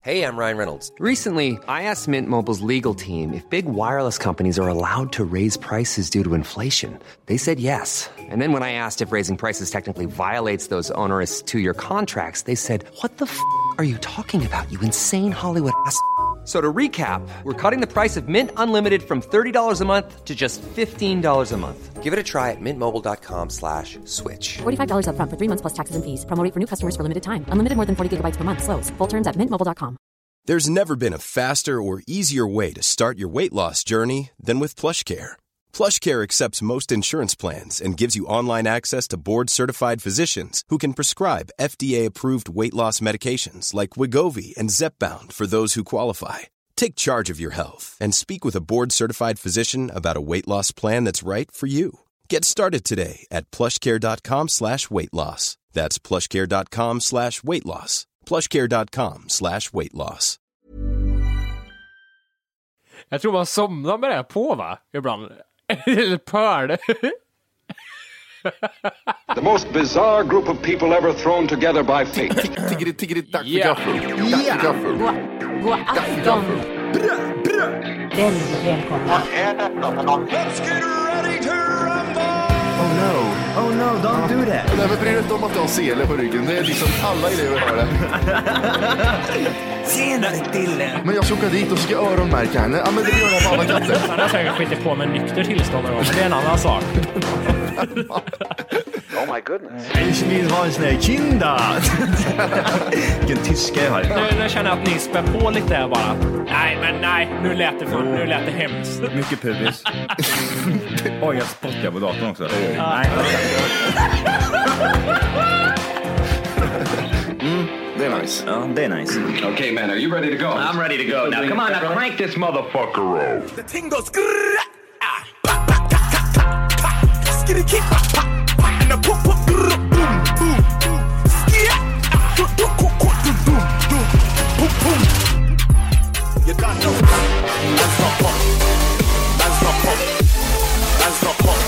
Hey, I'm Ryan Reynolds. Recently, I asked Mint Mobile's legal team if big wireless companies are allowed to raise prices due to inflation. They said yes. And then when I asked if raising prices technically violates those onerous two-year contracts, they said, "What the are you talking about, you insane Hollywood ass?" So to recap, we're cutting the price of Mint Unlimited from $30 a month to just $15 a month. Give it a try at mintmobile.com/switch. $45 up front for 3 months plus taxes and fees. Promo rate for new customers for limited time. Unlimited more than 40 gigabytes per month. Slows full terms at mintmobile.com. There's never been a faster or easier way to start your weight loss journey than with PlushCare. PlushCare accepts most insurance plans and gives you online access to board-certified physicians who can prescribe FDA-approved weight loss medications like Wegovy and Zepbound for those who qualify. Take charge of your health and speak with a board-certified physician about a weight loss plan that's right for you. Get started today at plushcare.com/weightloss. That's plushcare.com/weightloss. plushcare.com/weightloss. Jag tror man somnar med det här på, va? Ibland. Eller pörd. The most bizarre group of people ever thrown together by fate. Tiggeri, dack för gaffel. Dack för gaffel. God afton. Väldigt välkomna. Oh no, don't do that. Nej, men bryr dig inte om att du har sele på ryggen. Det är liksom alla elever har det. Senare Dille. Men jag ska åka dit och ska öronmärka henne. Ja, men det gör jag på alla katter. Han har säkert skitit på med nykter tillstånd någon gång, men det är en annan sak. Oh my goodness. Ich vill ha en sån här kinda. Vilken tyska jag har. Nu känner jag att ni spär på lite här bara. Nej, nu lät det hemskt. Mycket pubis. Oj, jag spottar på datorn också. Nej. Det är nice. Ja, det är nice. Okay, man, are you ready to go? I'm ready to go now. Come on, now crank this motherfucker up. The thing goes grrrr, skitty kick, and the pop pop grrrr, boom boom, skit, boom boom. You got no. That's not pop. That's not pop. That's not pop.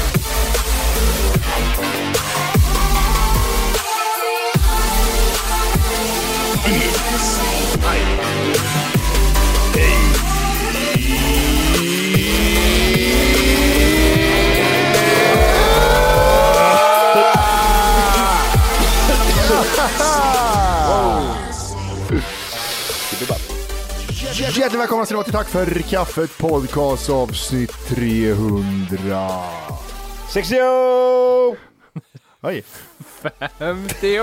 Hjärtligt välkomna till Tack för kaffet podcast avsnitt 300. 60! Oj. 50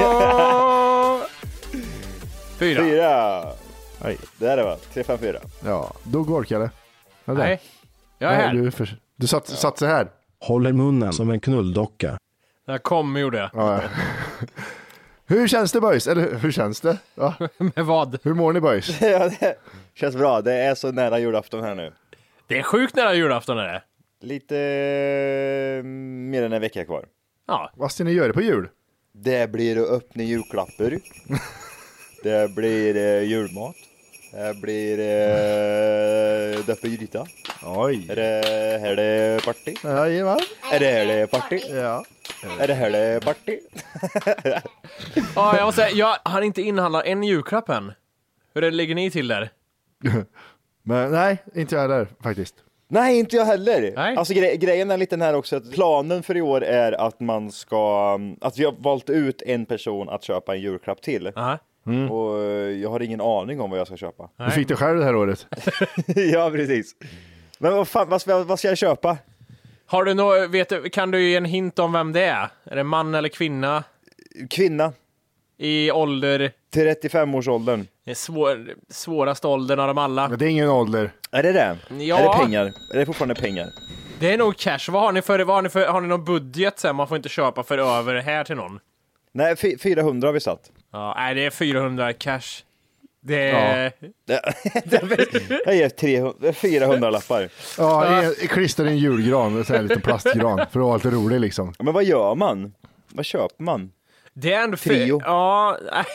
4. Oj, det är det va? 354. Ja, då går Kalle. Nej, jag är här. Du satt så här. Håller munnen som en knulldocka. Där gjorde jag. Ja. Hur känns det, boys? Eller hur känns det? Ja. Med vad? Hur mår ni, boys? Ja, det känns bra. Det är så nära julafton här nu. Det är sjukt nära julafton är det. Lite mer än en vecka kvar. Ja. Vad ska ni göra på jul? Det blir att öppna julklappar. Det blir julmat. Det blir döpa gryta. Oj. Är det party? Jajamän. Är det party? Ja. Är det party? Ja, jag måste säga, jag har inte inhandlat en julklapp än. Hur lägger ni till där? Men nej, inte jag där faktiskt. Nej, inte jag heller. Nej. Alltså grejen är lite den här också att planen för i år är att man ska, att vi har valt ut en person att köpa en julklapp till. Och jag har ingen aning om vad jag ska köpa. Du fick det själv det här året. Ja, precis. Men vad ska jag köpa? Har du kan du ge en hint om vem det är? Är det man eller kvinna? Kvinna. I ålder? 35-årsåldern. Det är svåraste åldern av dem alla. Men det är ingen ålder. Är det det? Ja. Är det pengar? Är det fortfarande pengar? Det är nog cash. Vad har ni har ni någon budget sen? Man får inte köpa för över här till någon. Nej, 400 har vi satt. Ja, nej, det är 400 cash. Det är... Ja. Jag ger 400 lappar. Ja, klister en julgran, en sån här liten plastgran för att vara lite rolig liksom. Men vad gör man? Vad köper man? Det är ändå Trio. Ja.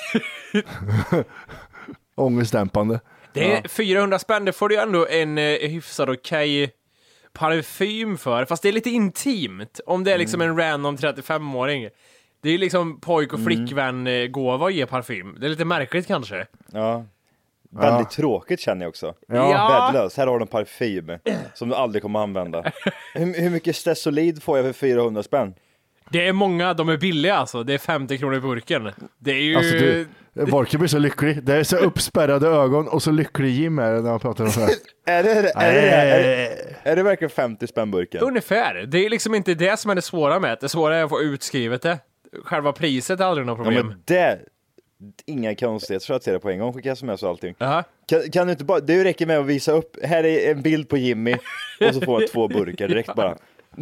Ångestdämpande. Det är 400 spänn, det får du ändå en hyfsad okej parfym för. Fast det är lite intimt. Om det är liksom en random 35-åring. Det är liksom pojk- och flickvän gåva att ge parfym. Det är lite märkligt kanske. Ja. Väldigt tråkigt känner jag också. Ja. Värdelös. Här har du en parfym som du aldrig kommer använda. Hur mycket Stesolid får jag för 400 spänn? Det är många, de är billiga alltså. Det är 50 kronor i burken. Det är ju... Alltså Volker blir så lycklig. Det är så uppspärrade ögon och så lycklig Jim är det när han pratar om det här. Är det verkligen 50 spänn burken? Ungefär. Det är liksom inte det som är det svåra med det. Det svåra är att få utskrivet det. Själva priset är aldrig något problem. Ja, men det... Inga konstigheter, så att se det på en gång. Skicka sms och allting. Kan du inte bara... Det räcker med att visa upp. Här är en bild på Jimmy. Och så får man 2 burkar direkt bara.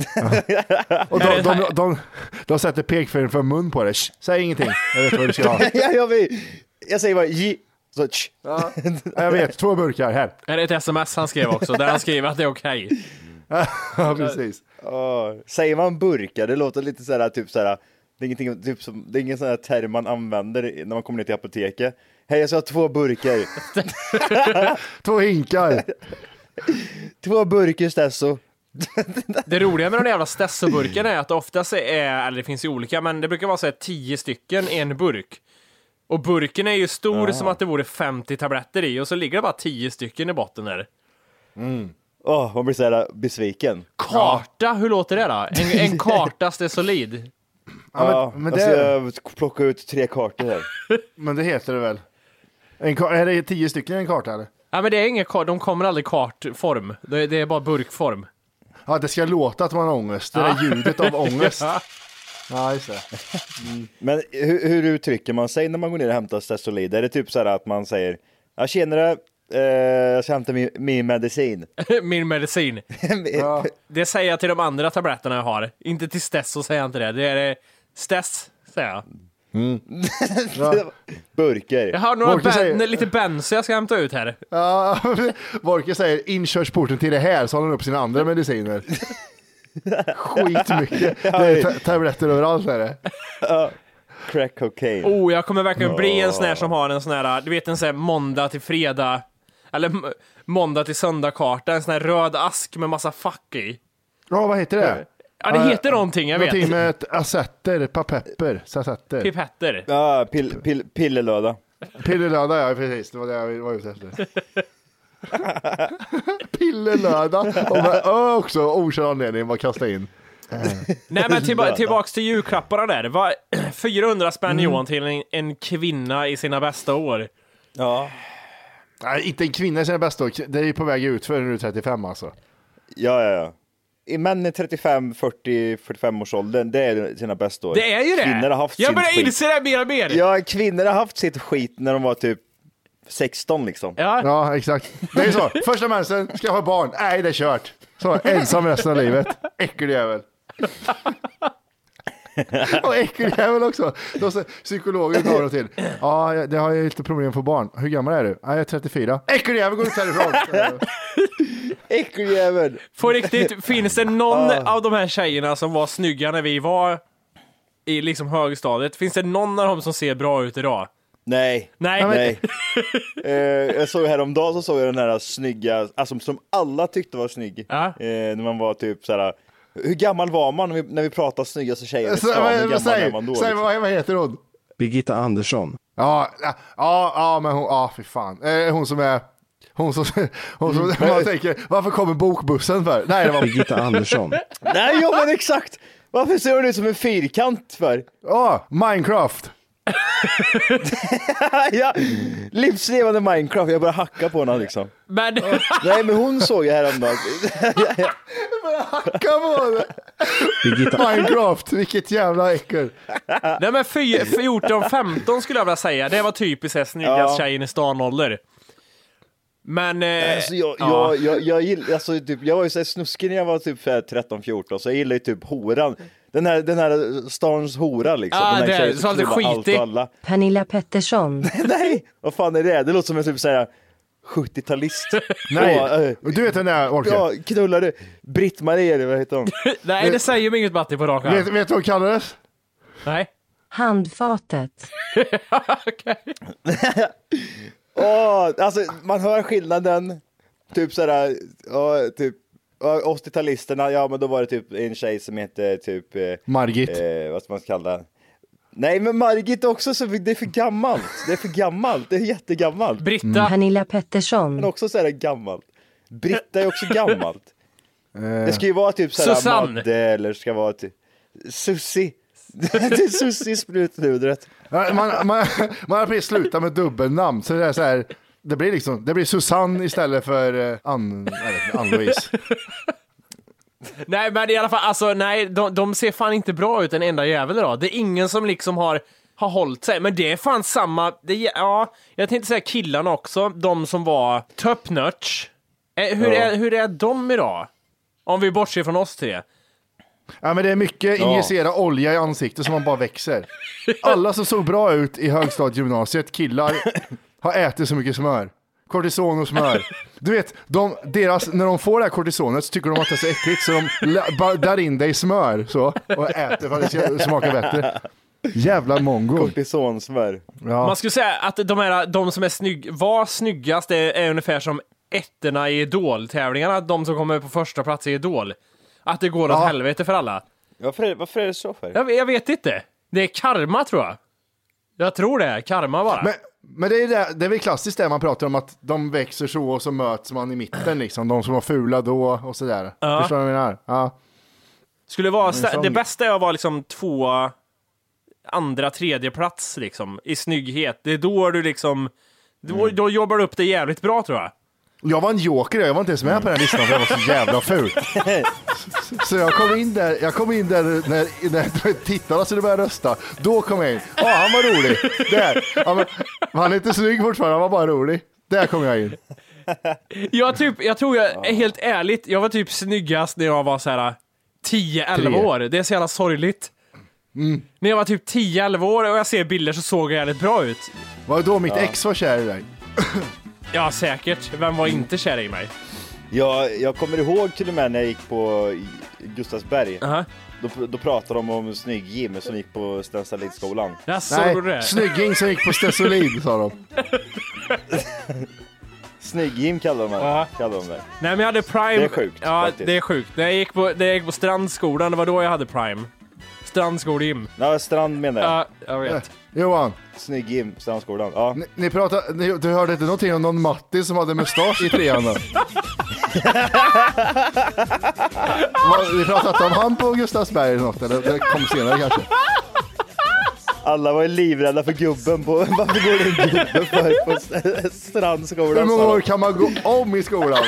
Och de sätter pekfingret för mun på det. Säg ingenting. Jag vet vad du ska ha. Jag säger bara så, jag vet, 2 burkar här. Är det ett sms han skrev också? Där han skriver att det är okej. Ja, precis. Säger man burkar, det låter lite sådär typ sådär. Det är ingenting, typ som, det är ingen sån här term man använder när man kommer ner till apoteket. Hej, jag ska ha 2 burkar. 2 hinkar. 2 burkar Stesso. Det roliga med de jävla Stesso-burkarna är att det oftast är, eller det finns ju olika, men det brukar vara så här 10 stycken i en burk. Och burken är ju stor som att det vore 50 tabletter i, och så ligger det bara 10 stycken i botten där. Man blir så här besviken. Karta, hur låter det då? En karta Stesolid. Men jag ska plocka ut 3 kartor här. Men det heter det väl? Är det 10 stycken i en karta eller? Ja, men det är inget de kommer aldrig kartform. Det är bara burkform. Ja, det ska låta att man har ångest. Det är ljudet av ångest. Ja, just det. Men hur uttrycker man sig när man går ner och hämtar Stesolid? Är det typ så här att man säger jag känner jag ska hämta min medicin. Min medicin. Det säger jag till de andra tabletterna jag har. Inte till Stesso säger jag inte det. Det är Stess, säger jag. Burkar. Jag har några lite benzo jag ska hämta ut här. Ja, Volker säger inkörsporten till det här, så håller han upp sina andra mediciner. Skitmycket. Det är tabletter överallt är det. Crack cocaine. Jag kommer verkligen bli en sån här som har en sån här, du vet en sån här måndag till fredag, eller måndag till söndag karta, en sån här röd ask med massa fuck i. Ja, vad heter det? Ja, det heter någonting, jag vet. Någonting med acetter, papepper, sacetter. Pipetter. Ja, pillelöda. Pillelöda, ja precis. Det var det jag var ute efter. Pillelöda. Och också okänd anledning var kasta in. Nej, men tillbaks till julklapparna där. Det var 400 spänn Johan till en kvinna i sina bästa år. Ja. Nej, inte en kvinna i sina bästa år. Det är ju på väg ut för nu 35 alltså. Ja. I män i 35, 40, 45-årsåldern, det är sina bästa år. Det är ju det. Kvinnor har haft jag börjar inse det mer och mer. Ja, kvinnor har haft sitt skit när de var typ 16 liksom. Ja, exakt. Det är så. Första mensen, ska jag ha barn? Nej, det är kört. Så, ensam resten av livet. Äcklig jävel. Och äcklig jävel också. Psykologen tar till. Ja, det har jag lite problem att få barn. Hur gammal är du? Ja, jag är 34. Äcklig jävel, går ut härifrån. Äcklig jävel. För riktigt, finns det någon av de här tjejerna som var snygga när vi var i liksom högstadiet? Finns det någon av dem som ser bra ut idag? Nej. Jag såg häromdagen så såg jag den här snygga, alltså som alla tyckte var snygg. När man var typ såhär. Hur gammal var man när vi pratade snyggaste tjejer? Vad heter hon? Birgitta Andersson. Ja, men hon, fy fan. Hon som är hon som man tänker, varför kommer bokbussen för? Nej, det var Birgitta Andersson. Nej, ja men exakt. Varför ser hon ut som en fyrkant för? Minecraft. Ja, livslevande Minecraft. Jag bara hacka på henne liksom. Men... Nej, men hon såg jag häromdagen. Jag bara hacka på henne. Minecraft, vilket jävla äckel. Nej, men 14-15 skulle jag vilja säga. Det var typiskt här snyggast tjejen i stanålder. Men alltså, jag gillar, alltså, typ, jag var ju så snuskig när jag var typ 13-14, så jag gillar ju typ horan. Den här stans hora liksom. Den det här är så alltid skitig. Pernilla Pettersson. Nej, vad fan är det? Det låter som en typ såhär 70-talist. Nej, du vet den där Orke. Ja, knullade Britt-Marie, vad heter hon? Nej, det säger mig inget Batti på raka. Vet du vad hon kallades? Nej. Handfatet. Okej. Alltså man hör skillnaden. Typ sådär, typ 80-talisterna, ja men då var det typ en tjej som heter typ Margit. vad ska man kalla den? Nej, men Margit också, så det är för gammalt. Det är för gammalt, det är jättegammalt. Britta. Pernilla Pettersson. Men också så är det gammalt. Britta är också gammalt. Det ska ju vara typ så här Susanne. Madde, eller ska vara typ Susie. Det är Susie Sprutludret. Man har precis slutat med dubbelnamn, så det är så här, det blir Susanne istället för Ann-Louise. Nej, men i alla fall, alltså nej, de ser fan inte bra ut en enda jävel idag. Det är ingen som liksom har hållit sig, men det är fan samma, jag tänkte säga killarna också, de som var top notch. Hur är de idag? Om vi bortser från oss tre. Ja, men det är mycket injicera olja i ansiktet som man bara växer. Alla som såg bra ut i högstadiegymnasiet, killar, har ätit så mycket smör. Kortison och smör. Du vet, när de får det här kortisonet så tycker de att det är så äckligt, så de där in det i smör så, och äter för att det ska smaka bättre. Jävla mongo. Kortisonsmör. Ja. Man skulle säga att de som var snyggast är ungefär som ettorna i Idol-tävlingarna, de som kommer på första plats i Idol. Att det går åt helvete för alla. Varför är det så för? Jag vet inte. Det är karma, tror jag. Jag tror det är karma bara. Men det är väl klassiskt det man pratar om, att de växer så och så möts man i mitten liksom. De som var fula då och sådär. Ja. Förstår du vad jag menar? Ja. Skulle vara det bästa är att vara liksom 2, 2, 3 plats liksom i snygghet. Det är då du liksom då jobbar du upp det jävligt bra, tror jag. Jag var en joker, jag var inte ens med på den listan för jag var så jävla ful. Så jag kom in där när tittarna skulle börja rösta. Då kom jag in. Han var rolig. Där. Ja, men, han är inte snygg fortfarande, han var bara rolig. Där kom jag in. Jag tror jag är helt ärligt, jag var typ snyggast när jag var så här 10-11 år. Det är så jävla sorgligt. När jag var typ 10-11 år och jag ser bilder så såg jag jävligt bra ut. Var det då mitt ex var kär i dig? Ja, säkert. Vem var inte kär i mig? Jag kommer ihåg till och med när jag gick på Gustavsberg. Då pratade de om snygg Jim som gick på Stensalidskolan. Nej, snygging som gick på Stensalid, sa de. Snygg Jim kallade de det. Nej, men jag hade Prime. Det är sjukt. Ja, faktiskt. det är sjukt. När jag gick på Strandskolan, det var då jag hade Prime. Strandskol-Jim. Ja, Strand menar jag. Ja, jag vet. Johan. Snygg Jim, Strandskolan. Ja. Du hörde inte någonting om någon Matti som hade mustasch i 3:an då? Vi pratade inte om han på Gustavsberg eller något, eller det kom senare kanske. Alla var ju livrädda för gubben på... Varför går det en gubbe för på Strandskolan? Hur många år kan man gå om i skolan?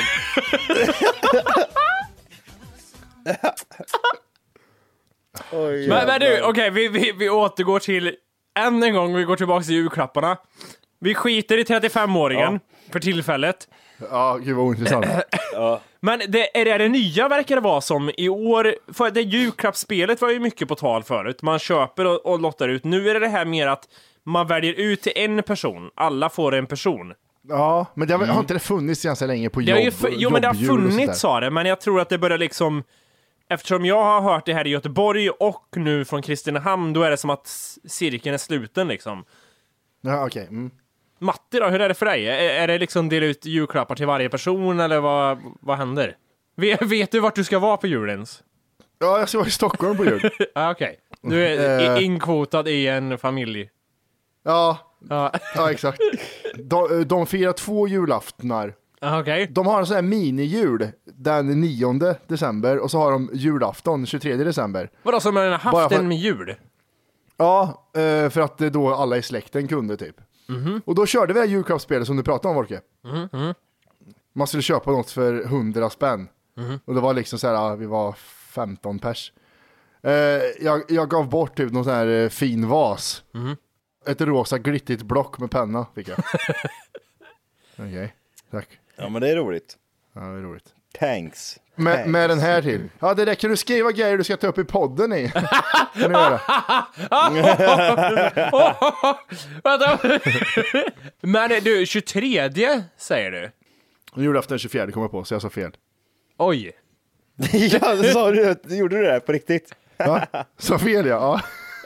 Men du, okej, vi återgår till än en gång, vi går tillbaka till julklapparna. Vi skiter i 35-åringen för tillfället. Ja, gud vad intressant. Men det nya verkar det vara som i år, för det julklappsspelet var ju mycket på tal förut. Man köper och lottar ut. Nu är det här mer att man väljer ut till en person. Alla får en person. Ja, men det har inte det funnits ganska länge på jobb. Men det har funnits, sa det. Men jag tror att det börjar liksom... Eftersom jag har hört det här i Göteborg och nu från Kristinehamn, då är det som att cirkeln är sluten liksom. Ja, okej. Matti då, hur är det för dig? Är det liksom dela ut julklappar till varje person eller vad händer? Vet du vart du ska vara på julens? Ja, jag ska vara i Stockholm på jul. Ja, okej. Du är inkvotad i en familj. Ja, exakt. De firar 2 julaftnar. Okay. De har en sån här mini-jul den 9 december och så har de julafton 23 december. Vadå, som man har haft en med jul? Ja, för att det då alla i släkten kunde typ. Och då körde vi det här julklappsspelet som du pratade om, Volke. Man skulle köpa något för 100 spänn. Och det var liksom så här, vi var 15 pers. Jag gav bort typ någon sån här fin vas. Ett rosa glittigt block med penna fick jag. Okej, tack. Ja, men det är roligt. Ja, det är roligt. Thanks. Med den här till. Ja, det räcker du skriva grejer du ska ta upp i podden i. Kan du göra? Vänta. Men du, 23 säger du? Julafton 24 kommer på, så jag sa fel. Oj. Ja, sa du gjorde du det på riktigt? Ja, så fel ja.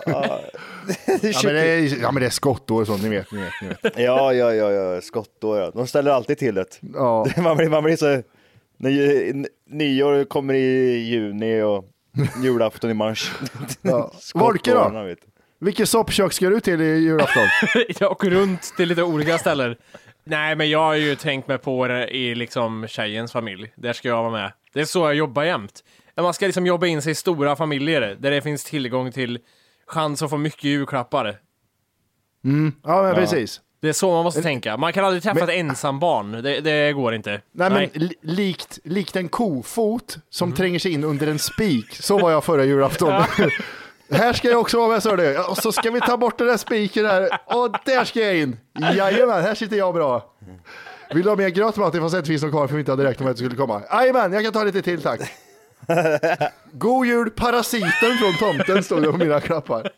Men det är skottår och sånt, ni vet. Ja, skottår. Ja. De ställer alltid till det. Ja. Man blir så... När nyår kommer i juni och julafton i mars. Ja. Volke då? Vilket soppkök ska du till i julafton? Jag åker runt till lite olika ställen. Nej, men jag har ju tänkt mig på det i liksom tjejens familj. Där ska jag vara med. Det är så jag jobbar jämt. Man ska liksom jobba in sig i stora familjer där det finns tillgång till chans att få mycket julklappar. Ja, men precis. Det är så man måste tänka. Man kan aldrig träffa ett ensam barn. Det går inte. Nej. Men likt en kofot som tränger sig in under en spik. Så var jag förra julafton. Här ska jag också vara med, så det. Och så ska vi ta bort den där spiken här. Och där ska jag in. Jajamän, här sitter jag bra. Vill du ha mer gröt, Matti? Fast det finns någon kvar för vi inte hade räknat med att det skulle komma. Jajamän, jag kan ta lite till, tack. God jul, parasiten från tomten, stod det på mina klappar.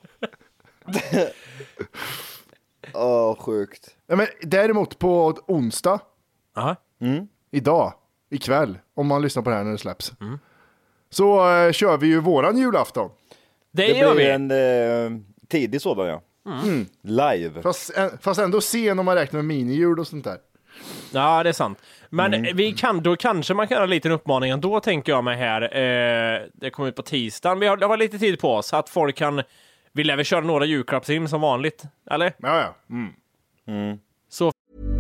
Sjukt. Ja, men däremot på onsdag. Idag, ikväll, om man lyssnar på det här när det släpps. Så kör vi ju våran julafton. Det gör vi. En tidig sådan, ja. Live. Fast ändå sen om man räknar med minijul och sånt där. Ja, det är sant. Men då kanske man kan ha en liten uppmaning. Då tänker jag mig här. Det kommer ut på tisdagen. Vi har lite tid på oss. Att folk kan... Vi lär väl köra några julklappsrim som vanligt. Eller? Ja. Så...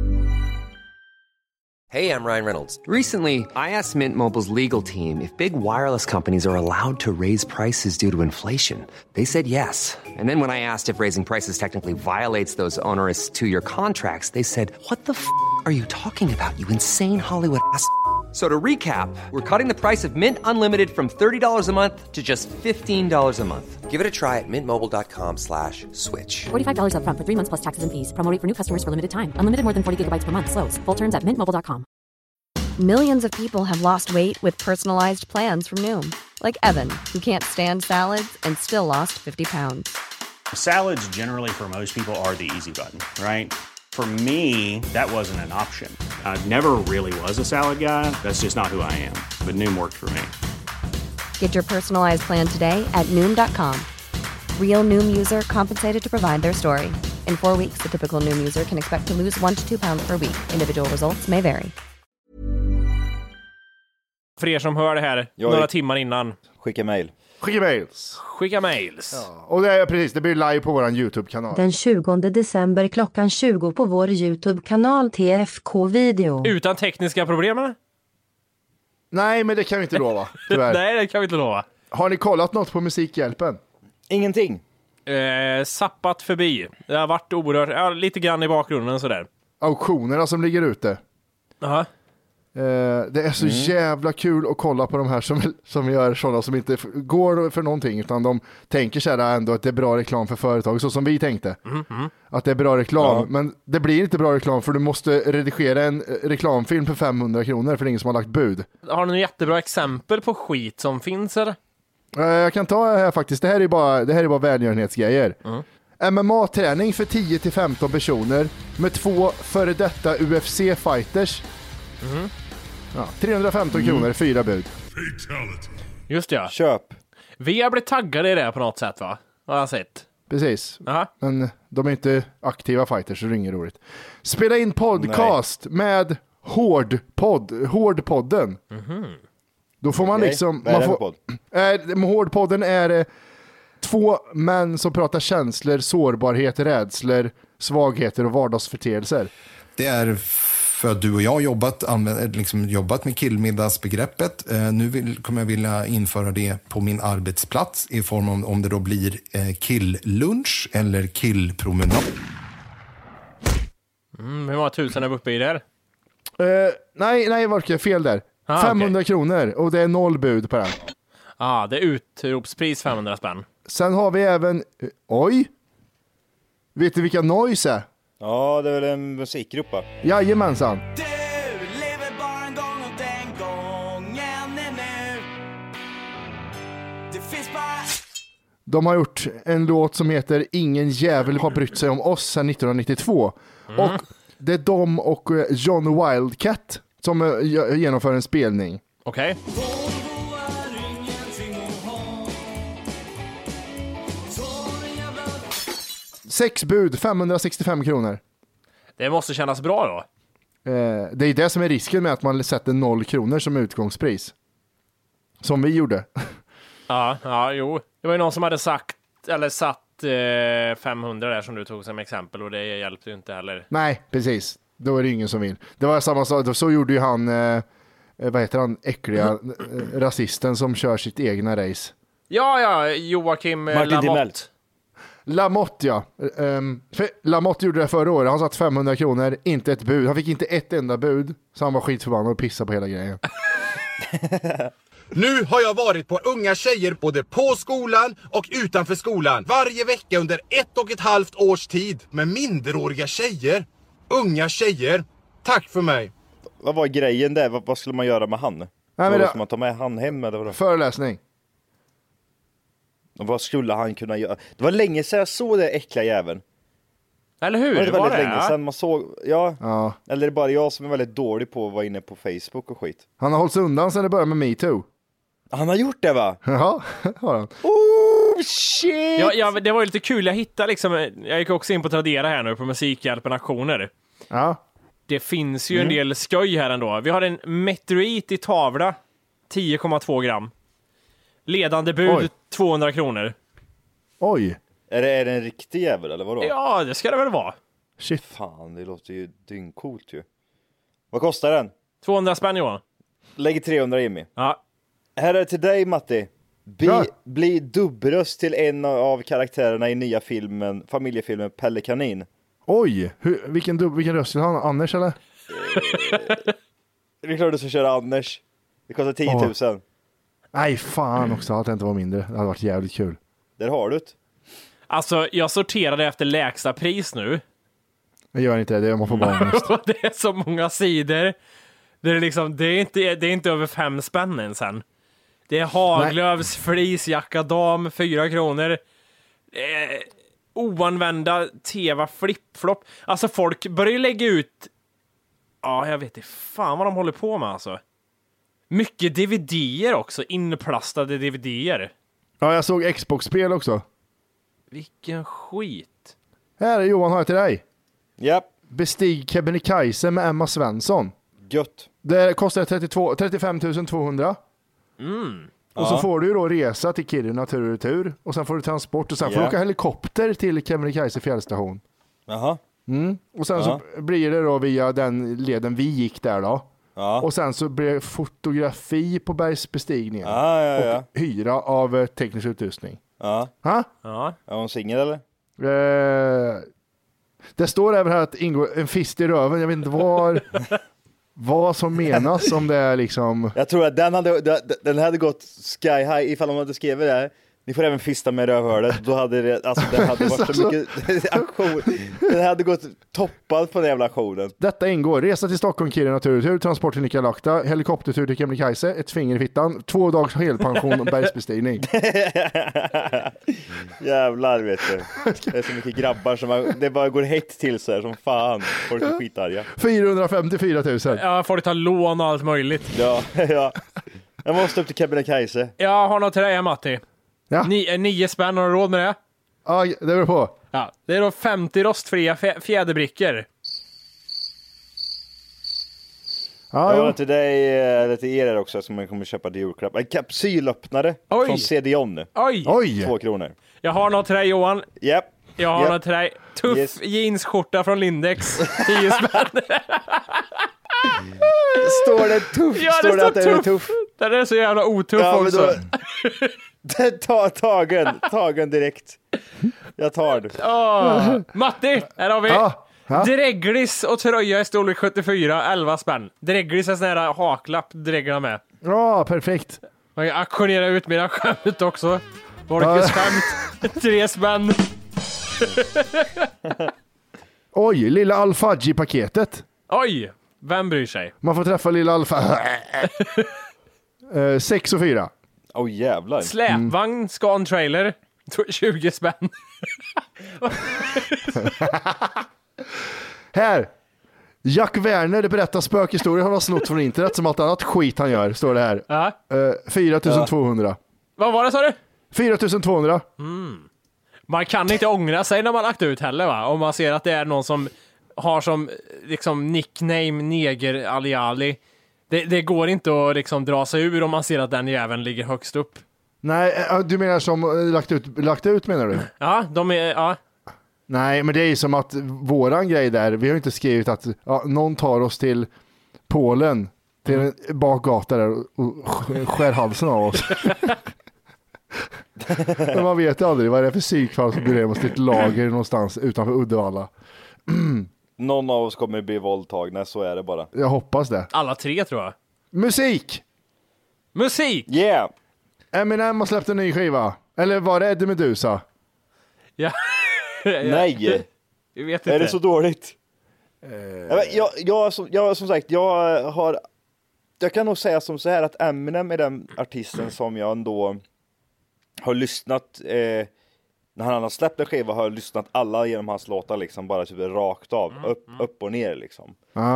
Hey, I'm Ryan Reynolds. Recently, I asked Mint Mobile's legal team if big wireless companies are allowed to raise prices due to inflation. They said yes. And then when I asked if raising prices technically violates those onerous 2-year contracts, they said, "What the f*** are you talking about, you insane Hollywood ass?" So to recap, we're cutting the price of Mint Unlimited from $30 a month to just $15 a month. Give it a try at mintmobile.com/switch. $45 up front for 3 months plus taxes and fees. Promo rate for new customers for limited time. Unlimited more than 40 gigabytes per month. Slows full terms at mintmobile.com. Millions of people have lost weight with personalized plans from Noom. Like Evan, who can't stand salads and still lost 50 pounds. Salads generally for most people are the easy button, right? For me, that wasn't an option. I never really was a salad guy. That's just not who I am. But Noom worked for me. Get your personalized plan today at Noom.com. Real Noom user compensated to provide their story. In 4 weeks, the typical Noom user can expect to lose 1 to 2 pounds per week. Individual results may vary. För er som hör det här några timmar innan. Skicka mails. Ja. Och det är precis, det blir live på våran YouTube-kanal. Den 20 december klockan 20 på vår YouTube-kanal TFK-video. Utan tekniska problem, eller? Nej, men det kan vi inte lova, tyvärr. Nej, det kan vi inte lova. Har ni kollat något på Musikhjälpen? Ingenting. Sappat förbi. Det har varit oerhört, lite grann i bakgrunden sådär. Auktionerna som ligger ute. Aha. Det är så jävla kul att kolla på de här som gör sådana som inte går för någonting, utan de tänker sig ändå att det är bra reklam för företag, så som vi tänkte. Att det är bra reklam, men det blir inte bra reklam för du måste redigera en reklamfilm för 500 kronor för ingen som har lagt bud. Har du några jättebra exempel på skit som finns, eller? Jag kan ta här faktiskt, det här är bara välgörenhetsgrejer. MMA-träning för 10-15 personer med 2 före detta UFC-fighters. Ja, 315 kronor, 4 bud. Just det, ja. Köp. Vi har blivit taggade i det på något sätt, va? Har jag sett. Precis. Aha. Men de är inte aktiva fighters, så det är inget roligt. Spela in podcast med Hårdpodden. Då får man liksom... Hårdpodden är 2 män som pratar känslor, sårbarhet, rädslor, svagheter och vardagsförteelser. Det är för att du och jag har jobbat med killmiddagsbegreppet. Nu kommer jag vilja införa det på min arbetsplats i form om det då blir killlunch eller killpromenad. Hur många tusen är vi uppe i där? Nej, Volke, fel där. 500 kronor och det är 0 bud på den. Det är utropspris 500 spänn. Sen har vi även... Oj! Vet du vilka Noise är? Ja, det är väl en musikgrupp, va? Jajamensan. Du lever bara en gång och den gången är nu. Det finns bara... De har gjort en låt som heter Ingen jävel har brytt sig om oss sedan 1992. Och det är de och John Wildcat som genomför en spelning. Okej. 6 bud, 565 kronor. Det måste kännas bra då. Det är det som är risken med att man sätter 0 kronor som utgångspris. Som vi gjorde. Ja, jo. Det var ju någon som hade sagt satt 500 där som du tog som exempel och det hjälpte ju inte heller. Nej, precis. Då är det ingen som vill. Det var samma sak, så gjorde ju han, vad heter han, äckliga rasisten som kör sitt egna race. Ja, Joakim Lamotte. Lamotte, ja. För Lamotte gjorde det förra året. Han satt 500 kronor, inte ett bud. Han fick inte ett enda bud, så han var skitförbannad och pissade på hela grejen. Nu har jag varit på unga tjejer både på skolan och utanför skolan. Varje vecka under 1,5 års tid med minderåriga tjejer. Unga tjejer. Tack för mig. Vad var grejen där? Vad skulle man göra med han? Nej, men ska man ta med han hem eller vadå? Föreläsning. Och vad skulle han kunna göra? Det var länge sedan jag såg det äckliga jäveln. Eller hur? Det var väldigt det, länge sedan man såg. Ja. Eller är det bara jag som är väldigt dålig på att vara inne på Facebook och skit? Han har hållit sig undan sedan det började med MeToo. Han har gjort det, va? Ja, har han. Oh, shit! Ja, det var ju lite kul. Jag hittade liksom, jag gick också in på Tradera här nu på Musikhjälpen aktioner. Ja. Det finns ju en del skoj här ändå. Vi har en meteorit i tavla, 10,2 gram. Ledande bud, 200 kronor. Oj. Är det en riktig jävel eller vadå? Ja, det ska det väl vara. Shit. Fan, det låter ju dyngcoolt ju. Vad kostar den? 200 spänn, Johan. Lägg 300, Jimmy. Ja. Här är det till dig, Matti. Bli dubbröst till en av karaktärerna i nya familjefilmen Pelle Kanin. Oj, vilken röst vill han? Anders eller? Det är klart du ska köra Anders. Det kostar 10 000. Nej, fan också att det inte var mindre. Det hade varit jävligt kul. Där har du det. Alltså, jag sorterade efter lägsta pris nu. Jag gör inte det, man får bara ångest. Det är så många sidor. Det är liksom, det är inte över 5 spänn sen. Det är Haglöfs fleecejacka dam, 4 kronor. Oanvända TV flip-flop. Alltså folk börjar ju lägga ut. Ja, jag vet inte fan vad de håller på med alltså. Mycket DVD:er också, inplastade DVD:er. Ja, jag såg Xbox-spel också. Vilken skit. Här är Johan, har jag till dig. Japp. Bestig Kebnekaise med Emma Svensson. Gött. Det kostar 35 200. Och så får du ju då resa till Kiruna tur och retur. Och sen får du transport och sen får du åka helikopter till Kebnekaise fjällstation. Jaha. Och sen så blir det då via den leden vi gick där då. Och sen så blir det fotografi på bergsbestigningen. Och hyra av teknisk utrustning. Ja. Är hon singel eller? Det står även här att ingår en fist i röven. Jag vet inte vad som menas, om det är liksom... Jag tror att den hade gått sky high ifall de hade skrivit det här. Ni får även fista med rövhålet. Då hade det, alltså det hade varit så mycket aktion. Den hade gått toppad på den jävla aktionen. Detta ingår resa till Stockholm, Kiruna tur, transport till Nikkaluokta, helikoptertur till Kebnekaise, ett finger i fittan, 2 dagars helpension och bergsbestigning. Jävlar, vet du. Det är så mycket grabbar som det bara går hett till sig som fan. Folk är skitarga. 454 000. Ja, folk tar lån och allt möjligt. Ja. Jag måste upp till Kebnekaise. Jag har något till dig, Matti. Ja. 9 spänn, har du råd med det? Ja, det beror på. Ja, det är då 50 rostfria fjäderbrickor. Ja, till dig eller till er också som man kommer köpa till julklapp. En kapsylöppnare från CD-ON. Oj. 2 kronor. Jag har något till dig, Johan. Japp. Jag har något till dig. Tuff jeansskjorta från Lindex. 10 spänn. Står det tuff? Ja, står det att det är tuff? Den är så jävla otuff också. Tagen direkt. Jag tar det. Matti, här har vi Dreglis och tröja i storlek 74, 11 spänn. Dreglis är sån här haklapp dreglar med. Ja, perfekt. Man kan aktionera ut mina skämt också. Folkets skämt. 3 spänn. Oj, lilla Al-Fadji-paketet. Oj, vem bryr sig? Man får träffa lilla Al-Fadji. 6 och 4. Jävlar. Släpvagn, Scan-trailer. 20 spänn. Här. Jack Werner berättar spökhistorier han har snott från internet som allt annat skit han gör, står det här. 4200. Vad var det, sa du? 4200. Man kan inte ångra sig när man lagt ut heller, va? Om man ser att det är någon som har som liksom nickname Neger Ali Ali. Det går inte att liksom dra sig ur om man ser att den jäveln ligger högst upp. Nej, du menar som lagt ut menar du? Ja, de är... Ja. Nej, men det är ju som att våran grej där, vi har inte skrivit att någon tar oss till Polen, till en bakgata där och skär halsen av oss. Men man vet aldrig vad det är för psykfall som blir hos ett lager någonstans utanför Uddevalla. Någon av oss kommer bli våldtagna, så är det bara. Jag hoppas det. Alla 3 tror jag. Musik! Yeah! Eminem har släppt en ny skiva. Eller var det Eddie Meduza? Ja. Nej! Jag vet inte. Är det så dåligt? Jag som sagt, jag kan nog säga som så här att Eminem är den artisten som jag ändå har lyssnat när han har släppt en skiva har jag lyssnat alla genom hans låtar liksom, bara typ rakt av, upp och ner liksom.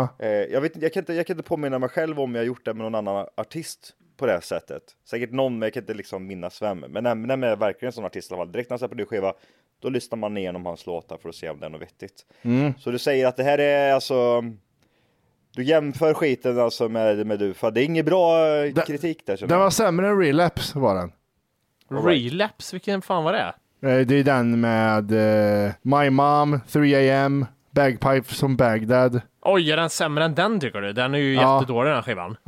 Jag kan inte påminna mig själv om jag gjort det med någon annan artist på det här sättet. Säkert någon, men jag kan inte liksom minnas vem. Men Eminem är verkligen en sån artist i alla fall. Direkt när han släpper en skiva, då lyssnar man igenom hans låtar för att se om det är något vettigt. Så du säger att det här är alltså... Du jämför skiten alltså med du, för det är ingen bra kritik där. Den var sämre än Relapse var den. Relapse? Vilken fan var det? Det är den med My Mom, 3 AM, Bagpipe som Bagdad. Oj, är den sämre än den tycker du? Den är ju jättedålig den här skivan.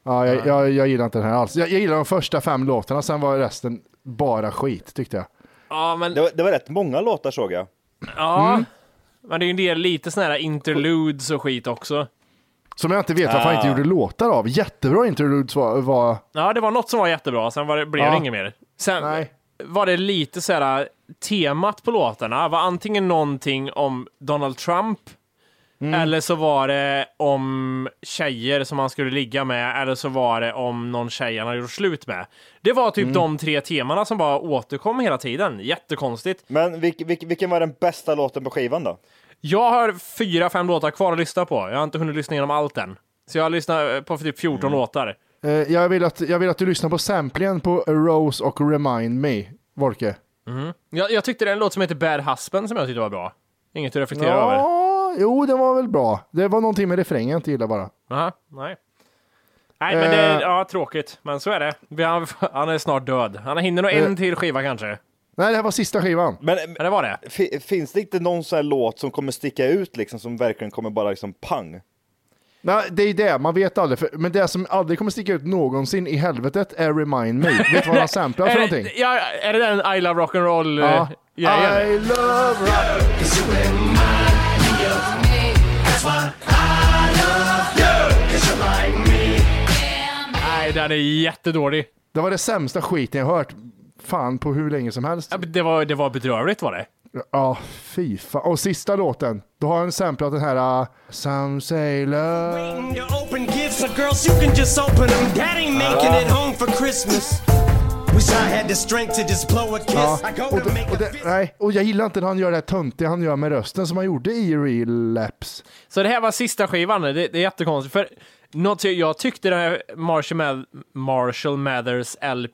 Jag gillar inte den här alls. Jag gillar de första 5 låtarna, sen var resten bara skit tyckte jag. Ja, men... det var rätt många låtar såg jag. Ja, men det är ju en del lite såna här interludes och skit också. Som jag inte vet varför han inte gjorde låtar av. Jättebra interludes var... Ja, det var något som var jättebra, sen blev det inget mer. Sen var det lite så här temat på låtarna var antingen någonting om Donald Trump eller så var det om tjejer som han skulle ligga med, eller så var det om någon tjej han hade gjort slut med. Det var typ de 3 temana som bara återkom hela tiden. Jättekonstigt. Men vilken var den bästa låten på skivan då? Jag har 4-5 låtar kvar att lyssna på. Jag har inte hunnit lyssna igenom allt än. Så jag har lyssnat på typ 14 låtar. Jag vill att du lyssnar på samplingen på A Rose och Remind Me, Volke. Jag tyckte det är en låt som heter Bad Husband som jag tyckte var bra. Inget att reflektera över. Jo, det var väl bra. Det var någonting med refrängen jag inte gillar bara. Aha, nej. Nej, men det är tråkigt. Men så är det. Han är snart död. Han hinner nog en till skiva kanske. Nej, det här var sista skivan. Men det var det. Finns det inte någon sån här låt som kommer sticka ut liksom, som verkligen kommer bara liksom pang? Nej, det är det. Man vet aldrig. Men det som aldrig kommer sticka ut någonsin i helvetet är Remind Me. Vet du vad han samplar för någonting? Ja, är det den I Love Rock'n'Roll? Ja. I love rock. Nej, den är jättedålig. Det var det sämsta skiten jag hört fan på hur länge som helst. Ja, det var bedrövligt var det. Ja, fy fan. Och sista låten, då har han samplat den här Some Say Love. Open gifts for girls you can just open them. Daddy making it home for Christmas. Wish I had the strength to just blow a kiss. I go to make nej, och jag gillar inte när han gör det här töntiga han gör med rösten som han gjorde i Relapse. Så det här var sista skivan, det är jättekonstigt. För jag tyckte den här Marshall Mathers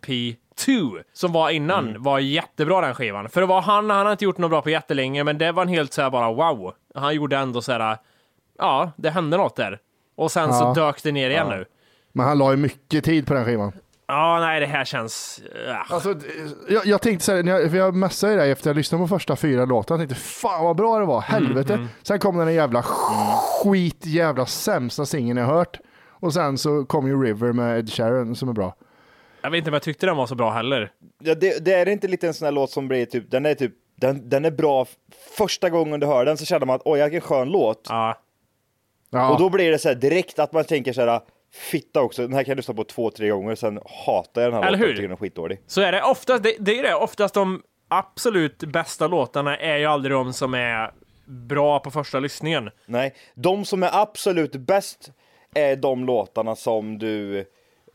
LP2 som var innan var jättebra den skivan. För det var han har inte gjort något bra på jättelänge, men det var en helt så här bara wow. Han gjorde ändå så här, ja, det hände något där. Och sen så dök det ner igen nu. Men han la ju mycket tid på den skivan. Ja, nej, det här känns... Alltså, jag tänkte så här, för jag messade dig efter jag lyssnade på första 4 låtar. Jag tänkte, fan vad bra det var, helvete. Sen kom den jävla jävla sämsta singeln jag hört. Och sen så kom ju River med Ed Sheeran som är bra. Jag vet inte om jag tyckte den var så bra heller. Ja, det är inte lite en sån här låt som blir typ, den är bra första gången du hör den, så känner man att oj, jag har en skön låt. Ja. Och då blir det så här direkt att man tänker så här, fitta också, den här kan jag lyssna på 2-3 gånger, sen hatar jag den här låten och tycker den är skitdålig. Så är det oftast, det är det, oftast de absolut bästa låtarna är ju aldrig de som är bra på första lyssningen. Nej, de som är absolut bäst är de låtarna som du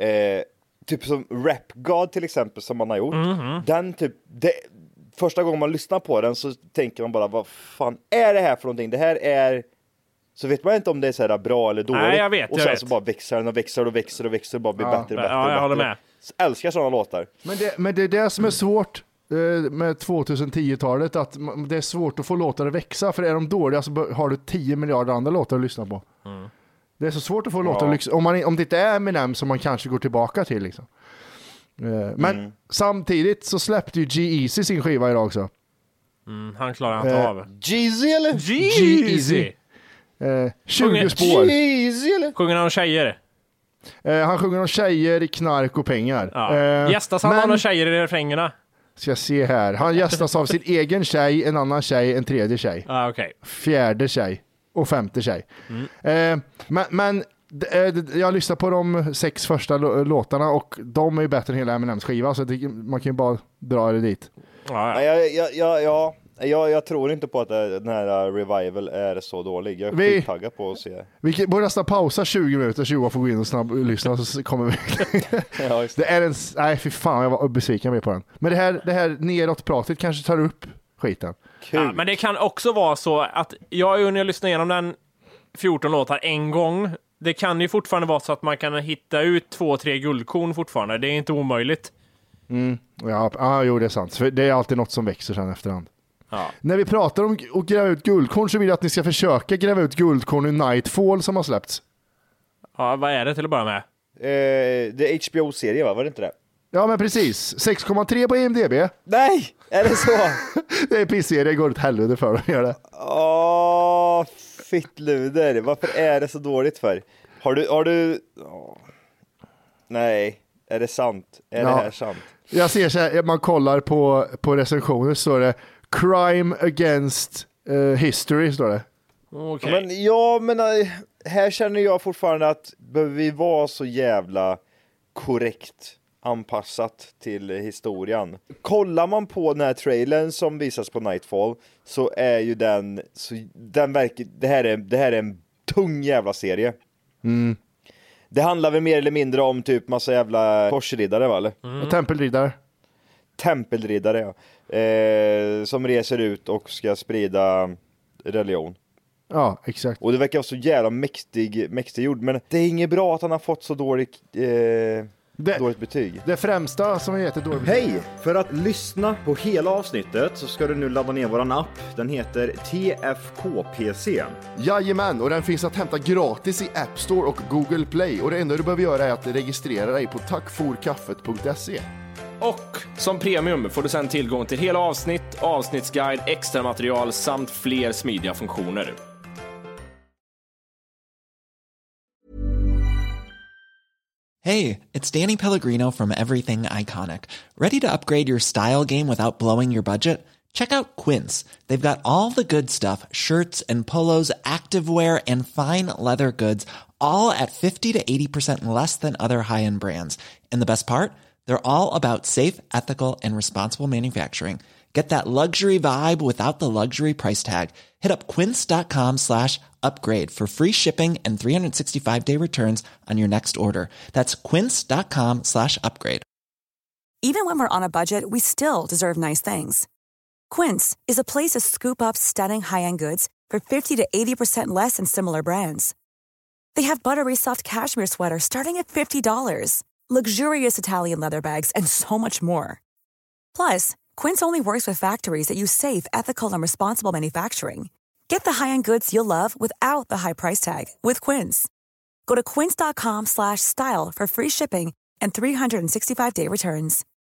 typ som Rap God till exempel, som man har gjort. Den typ, första gången man lyssnar på den så tänker man bara, vad fan är det här för någonting? Det här är, så vet man inte om det är så här bra eller dåligt. Nej, jag vet, och sen så bara växer den och växer och växer och växer och bara blir bättre och bättre. Ja, jag håller med. Jag älskar sådana låtar. Men det är det som är svårt med 2010-talet, att det är svårt att få låtar att växa, för är de dåliga så har du 10 miljarder andra låtar att lyssna på. Det är så svårt att få låtar om det inte är Eminem som man kanske går tillbaka till liksom. Men samtidigt så släppte ju G-Eazy sin skiva idag också. Han klarar inte av. Jeezy eller? G-Eazy. 20 spår. Jeezy eller? Sjunger han om tjejer? Han sjunger om tjejer, knark och pengar. Ja. Gästas han av några tjejer i refrängerna? Ska jag se här. Han gästas av sin egen tjej, en annan tjej, en tredje tjej. Okay. Fjärde tjej och femte tjej. Men jag lyssnar på de 6 första låtarna och de är ju bättre än hela Eminems skiva, så man kan ju bara dra det dit. Jag tror inte på att den här revival är så dålig. Jag är skittaggad på att se. Vi borde nästan pausa 20 minuter så Johan får gå in och snabbt lyssna, så kommer vi. Det är nej fy fan, jag var besviken med på den. Men det här neråt-pratet kanske tar upp skiten. Ja, men det kan också vara så att när jag lyssnar igenom den 14 låtar en gång, det kan ju fortfarande vara så att man kan hitta ut 2-3 guldkorn fortfarande. Det är inte omöjligt. Jo, det är sant. För det är alltid något som växer sen efterhand. Ja. När vi pratar om att gräva ut guldkorn så vill jag att ni ska försöka gräva ut guldkorn i Nightfall som har släppts. Ja, vad är det till att börja med? Det är HBO-serie, va? Var det inte det? Ja, men precis. 6,3 på IMDb. Nej, är det så? Det är piss-serie, det går åt helvete för att göra det. Fittluder. Varför är det så dåligt för? Har du... Nej, är det sant? Är det här sant? Jag ser så här, man kollar på recensioner, så står det Crime Against History, står det. Okay. Men här känner jag fortfarande att behöver vi vara så jävla korrekt anpassat till historien. Kollar man på den här trailern som visas på Nightfall, så är ju den verkar, det här är en tung jävla serie. Det handlar väl mer eller mindre om typ massa jävla korsriddare, va, eller? Och tempelriddare, ja. Som reser ut och ska sprida religion. Ja, exakt. Och det verkar vara så jävla mäktig gjord, men det är inget bra att han har fått så dåligt betyg. Det främsta som heter dåligt betyg. Hej! För att lyssna på hela avsnittet så ska du nu ladda ner våran app. Den heter TFKPC. Jajamän, och den finns att hämta gratis i App Store och Google Play. Och det enda du behöver göra är att registrera dig på tackforkaffet.se. Och som premium får du sedan tillgång till hela avsnitt, avsnittsguide, extra material samt fler smidiga funktioner. Hey, it's Danny Pellegrino from Everything Iconic. Ready to upgrade your style game without blowing your budget? Check out Quince. They've got all the good stuff, shirts and polos, activewear, and fine leather goods, all at 50 to 80% less than other high-end brands. And the best part? They're all about safe, ethical, and responsible manufacturing. Get that luxury vibe without the luxury price tag. Hit up quince.com/upgrade for free shipping and 365-day returns on your next order. That's quince.com/upgrade. Even when we're on a budget, we still deserve nice things. Quince is a place to scoop up stunning high-end goods for 50 to 80% less than similar brands. They have buttery soft cashmere sweaters starting at $50, luxurious Italian leather bags, and so much more. Plus, Quince only works with factories that use safe, ethical, and responsible manufacturing. Get the high-end goods you'll love without the high price tag with Quince. Go to quince.com/style for free shipping and 365-day returns.